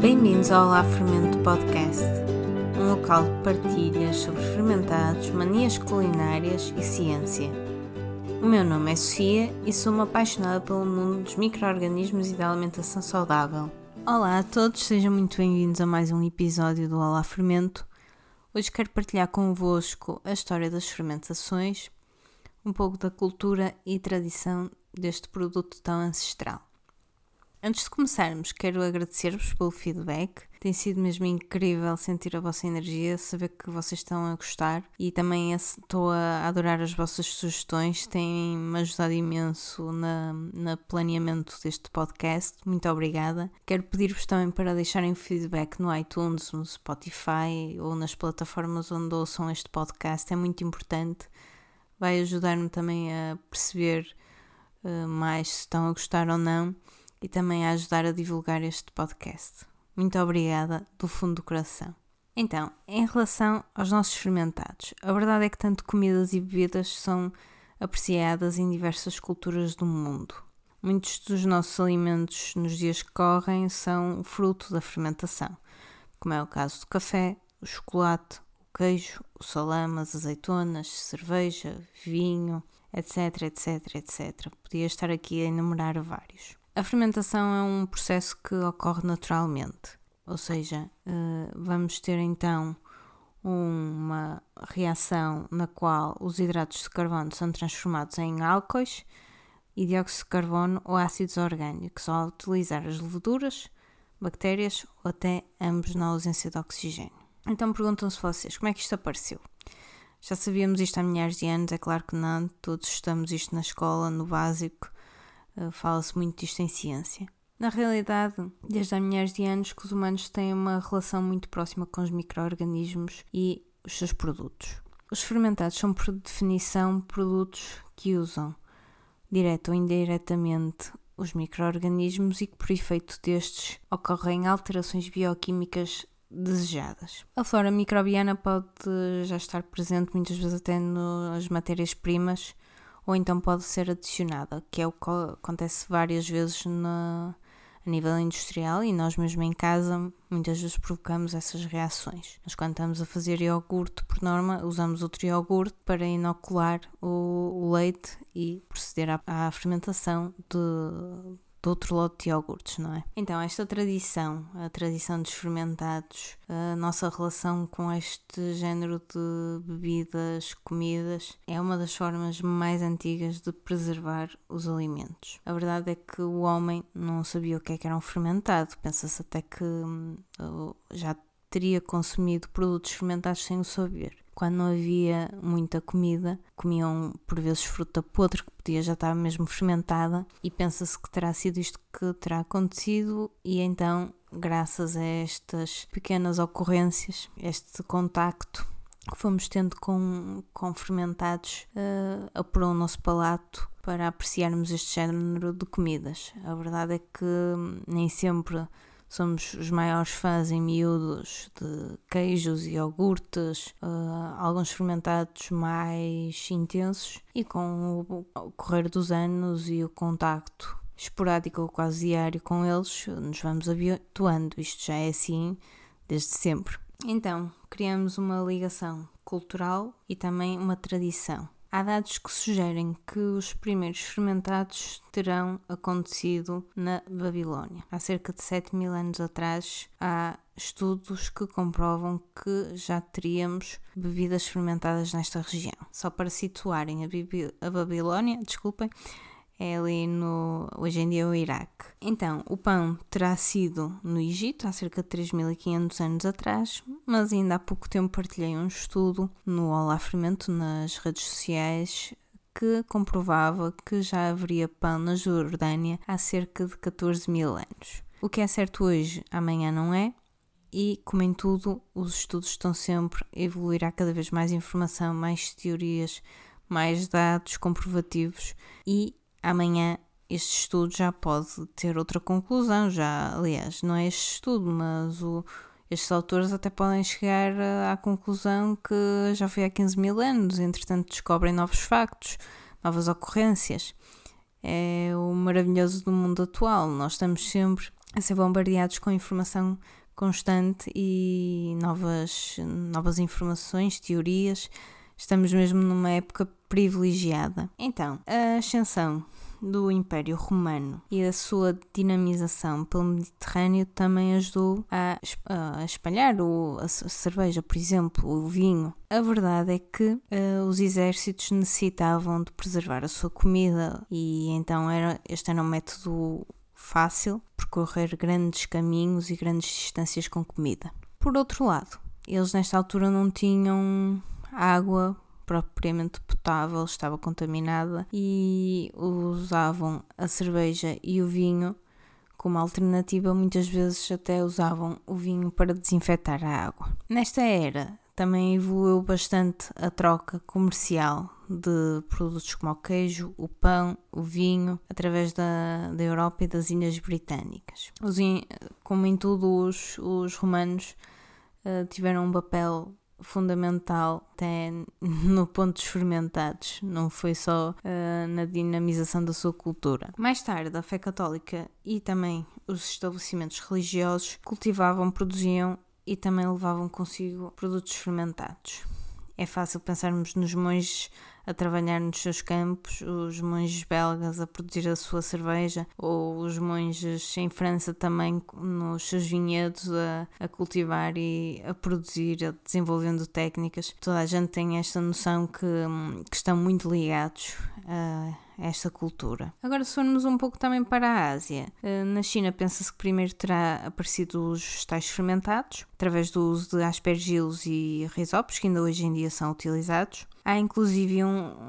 Bem-vindos ao Olá Fermento Podcast, um local de partilhas sobre fermentados, manias culinárias e ciência. O meu nome é Sofia e sou uma apaixonada pelo mundo dos micro-organismos e da alimentação saudável. Olá a todos, sejam muito bem-vindos a mais um episódio do Olá Fermento. Hoje quero partilhar convosco a história das fermentações, um pouco da cultura e tradição deste produto tão ancestral. Antes de começarmos, quero agradecer-vos pelo feedback. Tem sido mesmo incrível sentir a vossa energia, saber que vocês estão a gostar e também estou a adorar as vossas sugestões, têm-me ajudado imenso no planeamento deste podcast. Muito obrigada. Quero pedir-vos também para deixarem o feedback no iTunes, no Spotify ou nas plataformas onde ouçam este podcast, é muito importante. Vai ajudar-me também a perceber mais se estão a gostar ou não. E também a ajudar a divulgar este podcast. Muito obrigada do fundo do coração. Então, em relação aos nossos fermentados, a verdade é que tanto comidas e bebidas são apreciadas em diversas culturas do mundo. Muitos dos nossos alimentos nos dias que correm são fruto da fermentação, como é o caso do café, o chocolate, o queijo, o salame, as azeitonas, cerveja, vinho, etc, etc, etc. Podia estar aqui a enumerar vários. A fermentação é um processo que ocorre naturalmente, ou seja, vamos ter então uma reação na qual os hidratos de carbono são transformados em álcoois e dióxido de carbono ou ácidos orgânicos ao utilizar as leveduras, bactérias ou até ambos na ausência de oxigênio. Então perguntam-se vocês, como é que isto apareceu? Já sabíamos isto há milhares de anos? É claro que não, todos estudamos isto na escola, no básico. Fala-se muito disto em ciência. Na realidade, desde há milhares de anos que os humanos têm uma relação muito próxima com os micro-organismos e os seus produtos. Os fermentados são, por definição, produtos que usam, direto ou indiretamente, os micro-organismos e que, por efeito destes, ocorrem alterações bioquímicas desejadas. A flora microbiana pode já estar presente muitas vezes até nas matérias-primas, ou então pode ser adicionada, que é o que acontece várias vezes a nível industrial e nós mesmo em casa muitas vezes provocamos essas reações. Nós quando estamos a fazer iogurte, por norma, usamos outro iogurte para inocular o leite e proceder à fermentação de outro lote de iogurtes, não é? Então, esta tradição, a tradição dos fermentados, a nossa relação com este género de bebidas, comidas, é uma das formas mais antigas de preservar os alimentos. A verdade é que o homem não sabia o que era um fermentado, pensa-se até que já teria consumido produtos fermentados sem o saber. Quando não havia muita comida, comiam por vezes fruta podre que podia já estar mesmo fermentada e pensa-se que terá sido isto que terá acontecido e então, graças a estas pequenas ocorrências, este contacto que fomos tendo com fermentados, apurou o nosso palato para apreciarmos este género de comidas. A verdade é que nem sempre somos os maiores fãs em miúdos de queijos e iogurtes, alguns fermentados mais intensos e com o correr dos anos e o contacto esporádico ou quase diário com eles, nos vamos habituando. Isto já é assim desde sempre. Então, criamos uma ligação cultural e também uma tradição. Há dados que sugerem que os primeiros fermentados terão acontecido na Babilónia. Há cerca de 7.000 anos atrás, há estudos que comprovam que já teríamos bebidas fermentadas nesta região. Só para situarem a Babilónia, é ali hoje em dia o Iraque. Então, o pão terá sido no Egito, há cerca de 3.500 anos atrás, mas ainda há pouco tempo partilhei um estudo no Olá Fermento, nas redes sociais, que comprovava que já haveria pão na Jordânia há cerca de 14.000 anos. O que é certo hoje, amanhã não é, e, como em tudo, os estudos estão sempre a evoluir, há cada vez mais informação, mais teorias, mais dados comprovativos e amanhã este estudo já pode ter outra conclusão, aliás, não é este estudo, mas estes autores até podem chegar à conclusão que já foi há 15.000 anos, entretanto descobrem novos factos, novas ocorrências. É o maravilhoso do mundo atual, nós estamos sempre a ser bombardeados com informação constante e novas informações, teorias. Estamos mesmo numa época privilegiada. Então, a ascensão do Império Romano e a sua dinamização pelo Mediterrâneo também ajudou a espalhar a cerveja, por exemplo, o vinho. A verdade é que os exércitos necessitavam de preservar a sua comida e então este era um método fácil, percorrer grandes caminhos e grandes distâncias com comida. Por outro lado, eles nesta altura não tinham água propriamente potável, estava contaminada e usavam a cerveja e o vinho como alternativa, muitas vezes até usavam o vinho para desinfetar a água. Nesta era também evoluiu bastante a troca comercial de produtos como o queijo, o pão, o vinho, através da Europa e das Ilhas Britânicas. Como em tudo, os romanos tiveram um papel fundamental até no ponto dos fermentados, não foi só na dinamização da sua cultura. Mais tarde, a fé católica e também os estabelecimentos religiosos cultivavam, produziam e também levavam consigo produtos fermentados. É fácil pensarmos nos monges a trabalhar nos seus campos, os monges belgas a produzir a sua cerveja, ou os monges em França também nos seus vinhedos a cultivar e a produzir, desenvolvendo técnicas. Toda a gente tem esta noção que estão muito ligados a esta cultura. Agora, se formos um pouco também para a Ásia, na China pensa-se que primeiro terá aparecido os vegetais fermentados, através do uso de aspergilos e risopos, que ainda hoje em dia são utilizados. Há inclusive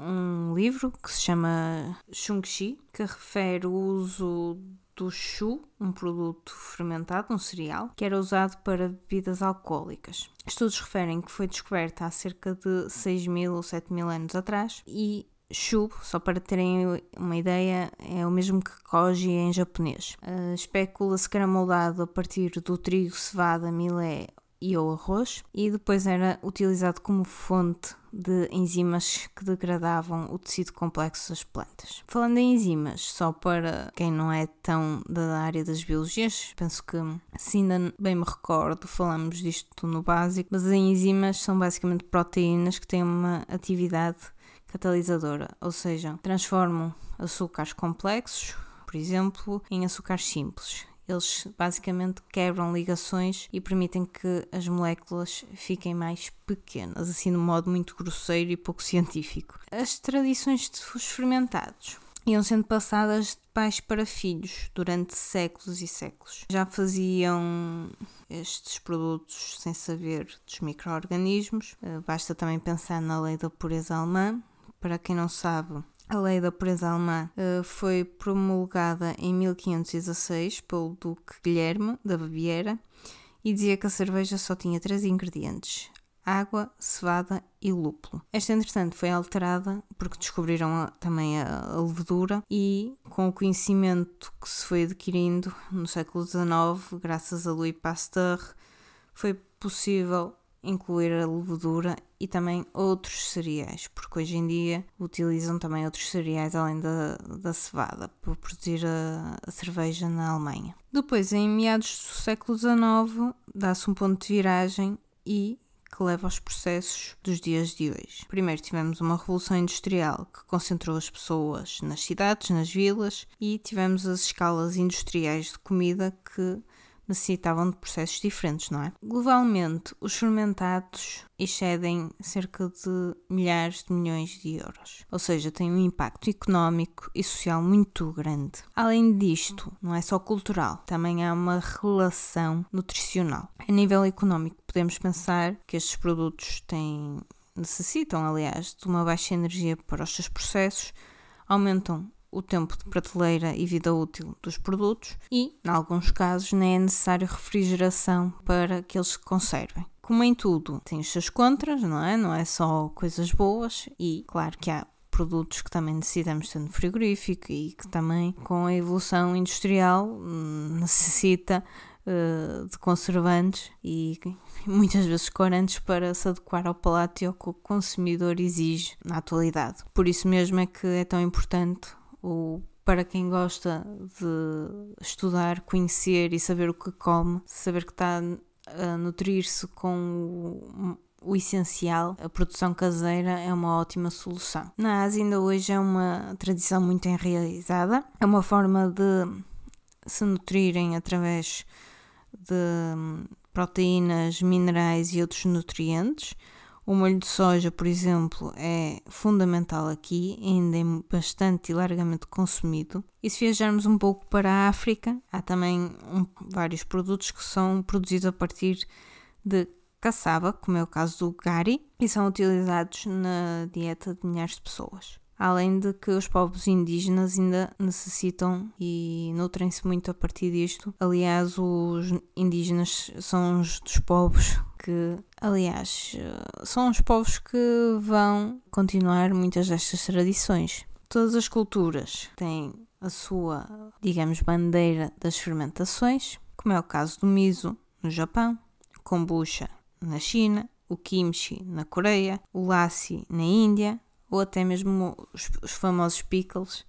um livro que se chama Shungxi, que refere o uso do shu, um produto fermentado, um cereal, que era usado para bebidas alcoólicas. Estudos referem que foi descoberto há cerca de 6.000 ou 7.000 anos atrás e shu, só para terem uma ideia, é o mesmo que koji em japonês. Especula-se que era moldado a partir do trigo, cevada, milé e ou arroz, e depois era utilizado como fonte de enzimas que degradavam o tecido complexo das plantas. Falando em enzimas, só para quem não é tão da área das biologias, penso que, se ainda bem me recordo, falamos disto no básico, mas as enzimas são basicamente proteínas que têm uma atividade catalisadora, ou seja, transformam açúcares complexos, por exemplo, em açúcares simples. Eles basicamente quebram ligações e permitem que as moléculas fiquem mais pequenas, assim de um modo muito grosseiro e pouco científico. As tradições dos fermentados iam sendo passadas de pais para filhos durante séculos e séculos. Já faziam estes produtos sem saber dos micro-organismos. Basta também pensar na lei da pureza alemã. Para quem não sabe, a lei da pureza alemã foi promulgada em 1516 pelo Duque Guilherme da Baviera e dizia que a cerveja só tinha 3 ingredientes: água, cevada e lúpulo. Esta, entretanto, foi alterada porque descobriram também a levedura e, com o conhecimento que se foi adquirindo no século XIX, graças a Louis Pasteur, foi possível incluir a levedura e também outros cereais, porque hoje em dia utilizam também outros cereais além da cevada para produzir a cerveja na Alemanha. Depois, em meados do século XIX, dá-se um ponto de viragem e que leva aos processos dos dias de hoje. Primeiro tivemos uma revolução industrial que concentrou as pessoas nas cidades, nas vilas, e tivemos as escalas industriais de comida que necessitavam de processos diferentes, não é? Globalmente, os fermentados excedem cerca de milhares de milhões de euros, ou seja, têm um impacto económico e social muito grande. Além disto, não é só cultural, também há uma relação nutricional. A nível económico, podemos pensar que estes produtos necessitam, aliás, de uma baixa energia para os seus processos, aumentam o tempo de prateleira e vida útil dos produtos e, em alguns casos, nem é necessário refrigeração para que eles se conservem. Como em tudo, tem os seus contras, não é? Não é só coisas boas e, claro, que há produtos que também necessitamos ter no frigorífico e que também, com a evolução industrial, necessita de conservantes e muitas vezes corantes para se adequar ao palato e ao que o consumidor exige na atualidade. Por isso mesmo é que é tão importante o para quem gosta de estudar, conhecer e saber o que come, saber que está a nutrir-se com o essencial, a produção caseira é uma ótima solução. Na Ásia ainda hoje é uma tradição muito enraizada, é uma forma de se nutrirem através de proteínas, minerais e outros nutrientes. O molho de soja, por exemplo, é fundamental aqui, ainda é bastante e largamente consumido. E se viajarmos um pouco para a África, há também vários produtos que são produzidos a partir de caçaba, como é o caso do gari, e são utilizados na dieta de milhares de pessoas. Além de que os povos indígenas ainda necessitam e nutrem-se muito a partir disto. Aliás, os indígenas são dos povos que vão continuar muitas destas tradições. Todas as culturas têm a sua, digamos, bandeira das fermentações, como é o caso do miso no Japão, o kombucha na China, o kimchi na Coreia, o lassi na Índia, ou até mesmo os famosos pickles,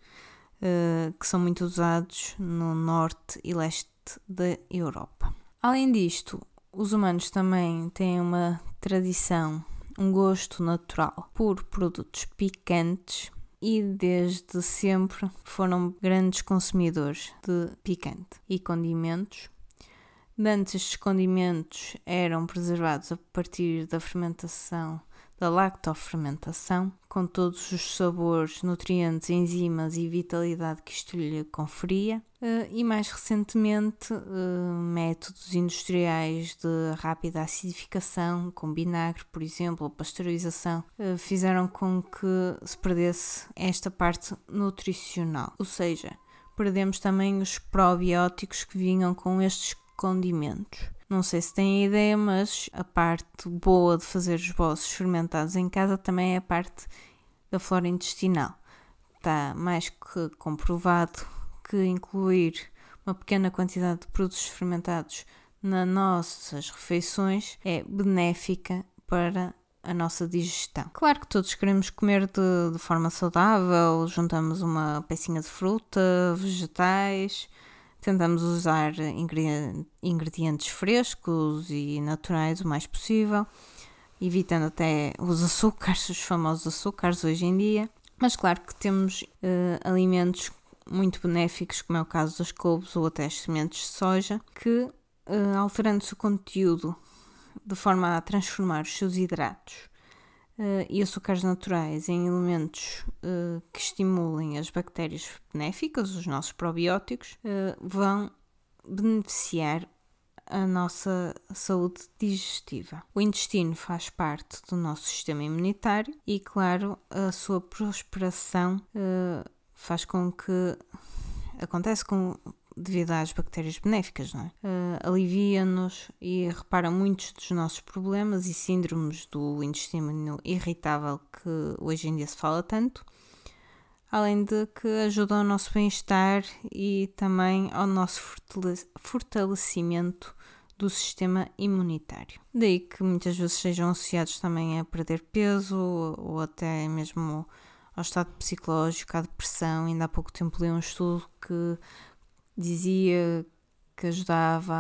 que são muito usados no norte e leste da Europa. Além disto, os humanos também têm uma tradição, um gosto natural por produtos picantes e desde sempre foram grandes consumidores de picante e condimentos. Antes estes condimentos eram preservados a partir da fermentação, da lactofermentação, com todos os sabores, nutrientes, enzimas e vitalidade que isto lhe conferia. E mais recentemente, métodos industriais de rápida acidificação, com vinagre, por exemplo, ou pasteurização, fizeram com que se perdesse esta parte nutricional. Ou seja, perdemos também os probióticos que vinham com estes condimentos. Não sei se têm ideia, mas a parte boa de fazer os bolsos fermentados em casa também é a parte da flora intestinal. Está mais que comprovado que incluir uma pequena quantidade de produtos fermentados nas nossas refeições é benéfica para a nossa digestão. Claro que todos queremos comer de forma saudável, juntamos uma pecinha de fruta, vegetais. Tentamos usar ingredientes frescos e naturais o mais possível, evitando até os açúcares, os famosos açúcares hoje em dia. Mas claro que temos alimentos muito benéficos, como é o caso das couves ou até as sementes de soja, que alterando-se o conteúdo de forma a transformar os seus hidratos e açúcares naturais em elementos que estimulem as bactérias benéficas, os nossos probióticos, vão beneficiar a nossa saúde digestiva. O intestino faz parte do nosso sistema imunitário e, claro, a sua prosperação faz com que acontece devido às bactérias benéficas, não é? Alivia-nos e repara muitos dos nossos problemas e síndromes do intestino irritável que hoje em dia se fala tanto, além de que ajuda ao nosso bem-estar e também ao nosso fortalecimento do sistema imunitário. Daí que muitas vezes sejam associados também a perder peso ou até mesmo ao estado psicológico, à depressão. Ainda há pouco tempo li um estudo que dizia que ajudava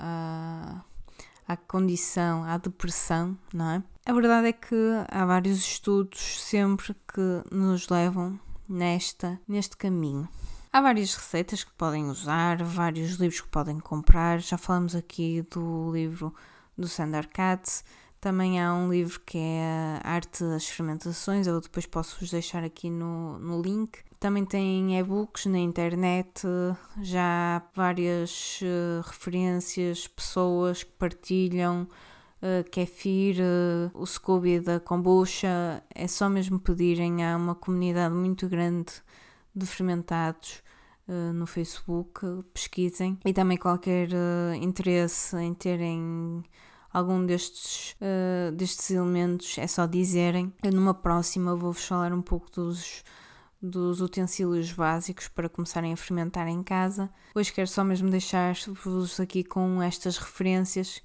à condição, à depressão, não é? A verdade é que há vários estudos sempre que nos levam neste caminho. Há várias receitas que podem usar, vários livros que podem comprar. Já falamos aqui do livro do Sandor Katz. Também há um livro que é a Arte das Fermentações, eu depois posso-vos deixar aqui no link. Também tem e-books na internet, já há várias referências, pessoas que partilham kefir, o Scooby da kombucha. É só mesmo pedirem, há uma comunidade muito grande de fermentados no Facebook, pesquisem. E também qualquer interesse em terem algum destes elementos, é só dizerem. Eu numa próxima vou-vos falar um pouco dos utensílios básicos para começarem a fermentar em casa. Hoje quero só mesmo deixar-vos aqui com estas referências.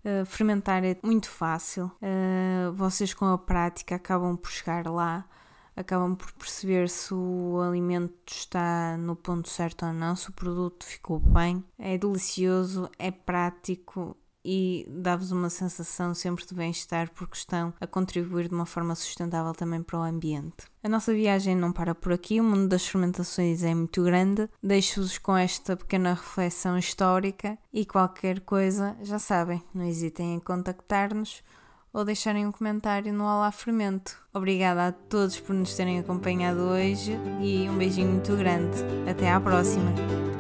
Fermentar é muito fácil, vocês com a prática acabam por chegar lá. acabam por perceber se o alimento está no ponto certo ou não, se o produto ficou bem. É delicioso, é prático e dá-vos uma sensação sempre de bem-estar porque estão a contribuir de uma forma sustentável também para o ambiente. A nossa viagem não para por aqui, o mundo das fermentações é muito grande. Deixo-vos com esta pequena reflexão histórica e qualquer coisa, já sabem, não hesitem em contactar-nos ou deixarem um comentário no Olá Fermento. Obrigada a todos por nos terem acompanhado hoje e um beijinho muito grande. Até à próxima!